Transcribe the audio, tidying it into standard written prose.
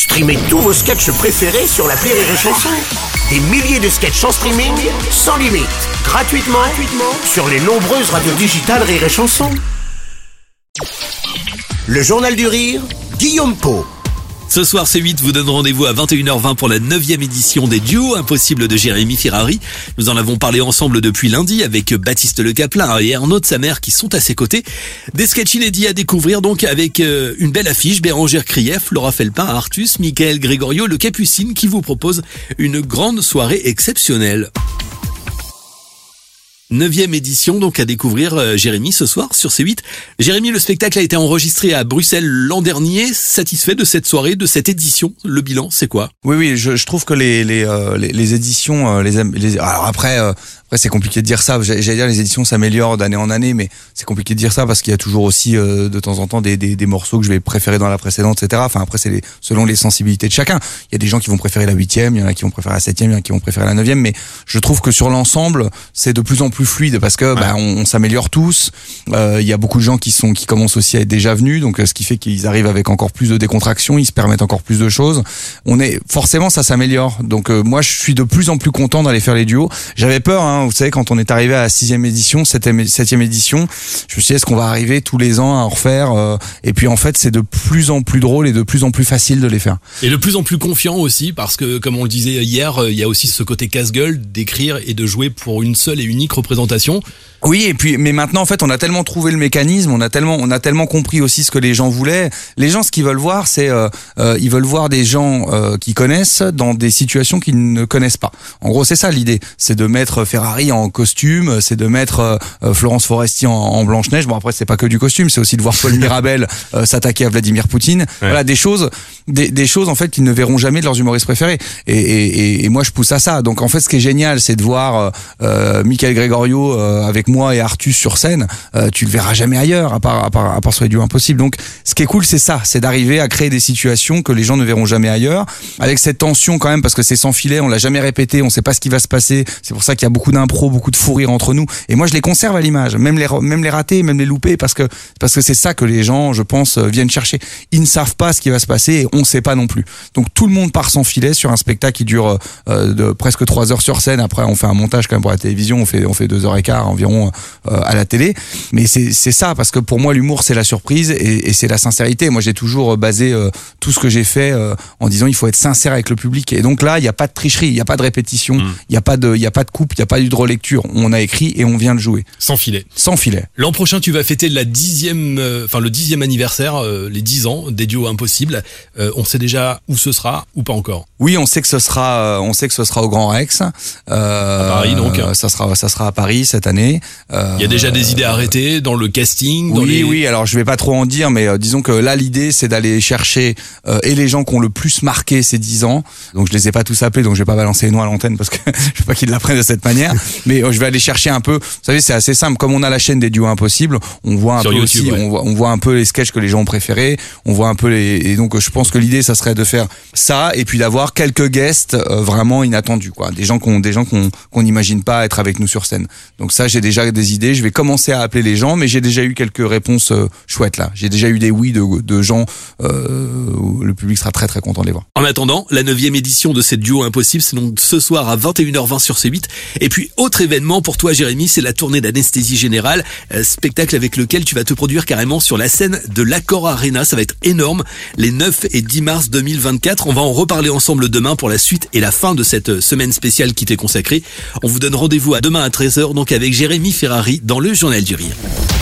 Streamez tous vos sketchs préférés sur l'appli Rire et Chanson. Des milliers de sketchs en streaming, sans limite, gratuitement sur les nombreuses radios digitales Rire et Chanson. Le Journal du Rire, Guillaume Pau. Ce soir, C8 vous donne rendez-vous à 21h20 pour la 9e édition des Duos Impossibles de Jérémy Ferrari. Nous en avons parlé ensemble depuis lundi avec Baptiste Le Caplin et Arnaud de sa mère qui sont à ses côtés. Des sketchs inédits à découvrir donc avec une belle affiche, Bérangère Krief, Laura Felpin, Artus, Michael Grégorio, Le Capucine qui vous propose une grande soirée exceptionnelle. 9e édition donc à découvrir Jérémy ce soir sur C8. Jérémy, le spectacle a été enregistré à Bruxelles l'an dernier. Satisfait de cette soirée, de cette édition? Le bilan, c'est quoi? Oui, je trouve que les éditions, alors après c'est compliqué de dire ça. J'allais dire les éditions s'améliorent d'année en année, mais c'est compliqué de dire ça parce qu'il y a toujours aussi de temps en temps des morceaux que je vais préférer dans la précédente, etc. Enfin après c'est selon les sensibilités de chacun. Il y a des gens qui vont préférer la 8e, il y en a qui vont préférer la 7e, il y en a qui vont préférer la 9e, mais je trouve que sur l'ensemble c'est de plus en plus fluide parce que on s'améliore tous. Il y a beaucoup de gens qui commencent aussi à être déjà venus, donc ce qui fait qu'ils arrivent avec encore plus de décontraction, ils se permettent encore plus de choses. Forcément ça s'améliore. Donc moi je suis de plus en plus content d'aller faire les duos. J'avais peur, vous savez, quand on est arrivé à la 6e édition, 7e édition, je me suis dit est-ce qu'on va arriver tous les ans à en refaire et puis en fait c'est de plus en plus drôle et de plus en plus facile de les faire. Et de plus en plus confiant aussi parce que comme on le disait hier, il y a aussi ce côté casse-gueule d'écrire et de jouer pour une seule et unique représentation. Oui, et puis mais maintenant en fait on a tellement trouvé le mécanisme, on a tellement compris aussi ce que les gens voulaient. Les gens ce qu'ils veulent voir c'est ils veulent voir des gens qui connaissent dans des situations qu'ils ne connaissent pas. En gros c'est ça l'idée, c'est de mettre Ferrari en costume, c'est de mettre Florence Foresti en Blanche-Neige. Bon après c'est pas que du costume, c'est aussi de voir Paul Mirabel s'attaquer à Vladimir Poutine. Ouais. Voilà des choses en fait qu'ils ne verront jamais de leurs humoristes préférés. Et moi je pousse à ça. Donc en fait ce qui est génial c'est de voir Michael Grégorio avec moi et Artus sur scène, tu le verras jamais ailleurs à part sur les duos impossibles. Donc ce qui est cool c'est ça, c'est d'arriver à créer des situations que les gens ne verront jamais ailleurs, avec cette tension quand même parce que c'est sans filet, on l'a jamais répété, on sait pas ce qui va se passer. C'est pour ça qu'il y a beaucoup d'impro, beaucoup de fou rire entre nous. Et moi je les conserve à l'image, même les ratés, même les loupés, parce que c'est ça que les gens, je pense, viennent chercher. Ils ne savent pas ce qui va se passer et on sait pas non plus. Donc tout le monde part sans filet sur un spectacle qui dure de presque 3 heures sur scène. Après on fait un montage quand même pour la télévision, on fait 2h15 environ à la télé, mais c'est ça parce que pour moi l'humour c'est la surprise et c'est la sincérité. Moi j'ai toujours basé tout ce que j'ai fait en disant il faut être sincère avec le public, et donc là il y a pas de tricherie, il y a pas de répétition, il y a pas de coupe, il y a pas eu de relecture, on a écrit et on vient de jouer sans filet. L'an prochain tu vas fêter le 10e anniversaire, les 10 ans des Duos Impossibles. On sait déjà où ce sera ou pas encore? Oui, on sait que ce sera au Grand Rex, à Paris donc. Ça sera à Paris cette année. Il y a déjà des idées arrêtées dans le casting. Oui, alors je vais pas trop en dire, mais disons que là l'idée c'est d'aller chercher et les gens qui ont le plus marqué ces 10 ans. Donc je les ai pas tous appelés, donc je vais pas balancer les noms à l'antenne parce que je veux pas qu'ils l'apprennent de cette manière. Mais je vais aller chercher un peu. Vous savez, c'est assez simple. Comme on a la chaîne des Duos Impossibles, on voit un peu YouTube, aussi, on voit un peu les sketchs que les gens ont préférés. On voit un peu et donc je pense que l'idée ça serait de faire ça et puis d'avoir quelques guests vraiment inattendus, quoi. Des gens qu'on n'imagine pas être avec nous sur scène. Donc ça, j'ai déjà des idées. Je vais commencer à appeler les gens, mais j'ai déjà eu quelques réponses chouettes là. J'ai déjà eu des oui de gens. Le public sera très très content de les voir. En attendant, la 9e édition de cette Duo Impossible, c'est donc ce soir à 21h20 sur C8. Et puis autre événement pour toi Jérémy, c'est la tournée d'Anesthésie Générale, spectacle avec lequel tu vas te produire carrément sur la scène de l'Accor Arena. Ça va être énorme, les 9 et 10 mars 2024. On va en reparler ensemble demain pour la suite et la fin de cette semaine spéciale qui t'est consacrée. On vous donne rendez-vous à demain à 13h donc avec Jérémy Ferrari dans le Journal du Rire.